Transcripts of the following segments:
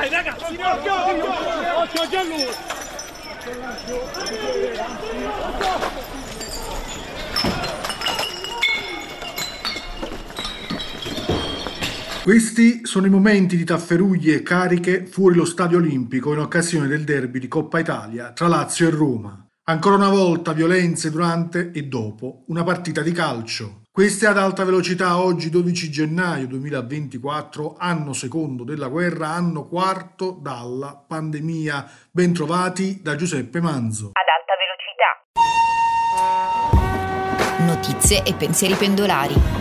Dai ragazzi, occhio a lui. Questi sono i momenti di tafferuglie cariche fuori lo Stadio Olimpico in occasione del derby di Coppa Italia tra Lazio e Roma. Ancora una volta violenze durante e dopo una partita di calcio. Queste ad alta velocità oggi 12 gennaio 2024, anno secondo della guerra, anno quarto dalla pandemia. Bentrovati da Giuseppe Manzo. Ad alta velocità. Notizie e pensieri pendolari.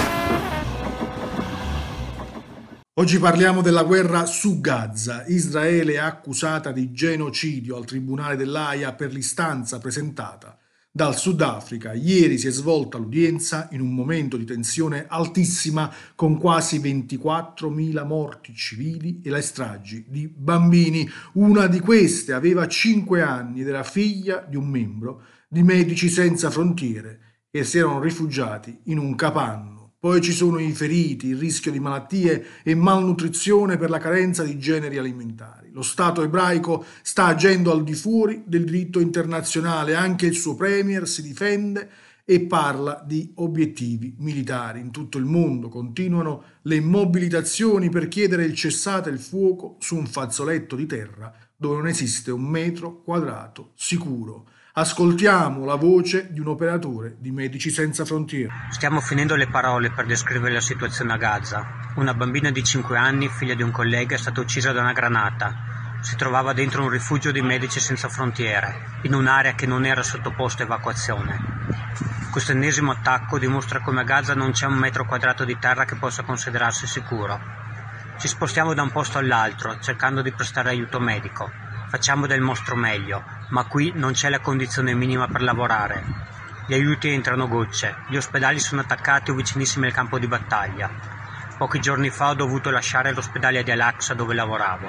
Oggi parliamo della guerra su Gaza. Israele è accusata di genocidio al Tribunale dell'Aia per l'istanza presentata dal Sudafrica. Ieri si è svolta l'udienza in un momento di tensione altissima con quasi 24.000 morti civili e le stragi di bambini. Una di queste aveva 5 anni ed era figlia di un membro di Medici Senza Frontiere e si erano rifugiati in un capanno. Poi ci sono i feriti, il rischio di malattie e malnutrizione per la carenza di generi alimentari. Lo Stato ebraico sta agendo al di fuori del diritto internazionale, anche il suo premier si difende e parla di obiettivi militari. In tutto il mondo continuano le mobilitazioni per chiedere il cessate il fuoco su un fazzoletto di terra dove non esiste un metro quadrato sicuro. Ascoltiamo la voce di un operatore di Medici Senza Frontiere. Stiamo finendo le parole per descrivere la situazione a Gaza. Una bambina di 5 anni, figlia di un collega, è stata uccisa da una granata. Si trovava dentro un rifugio di Medici Senza Frontiere, in un'area che non era sottoposta a evacuazione. Questo ennesimo attacco dimostra come a Gaza non c'è un metro quadrato di terra che possa considerarsi sicuro. Ci spostiamo da un posto all'altro, cercando di prestare aiuto medico. Facciamo del nostro meglio, ma qui non c'è la condizione minima per lavorare. Gli aiuti entrano gocce, gli ospedali sono attaccati o vicinissimi al campo di battaglia. Pochi giorni fa ho dovuto lasciare l'ospedale di Al-Aqsa dove lavoravo.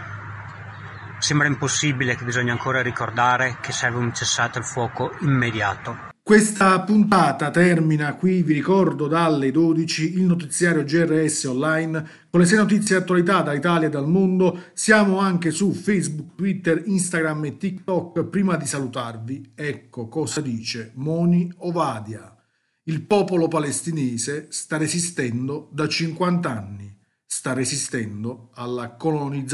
Sembra impossibile che bisogna ancora ricordare che serve un cessate il fuoco immediato. Questa puntata termina qui, vi ricordo, dalle 12 il notiziario GRS Online con le 6 notizie e attualità dall'Italia e dal mondo. Siamo anche su Facebook, Twitter, Instagram e TikTok. Prima di salutarvi, ecco cosa dice Moni Ovadia. Il popolo palestinese sta resistendo da 50 anni, sta resistendo alla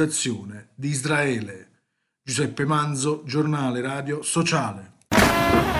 colonizzazione di Israele. Giuseppe Manzo, giornale radio sociale.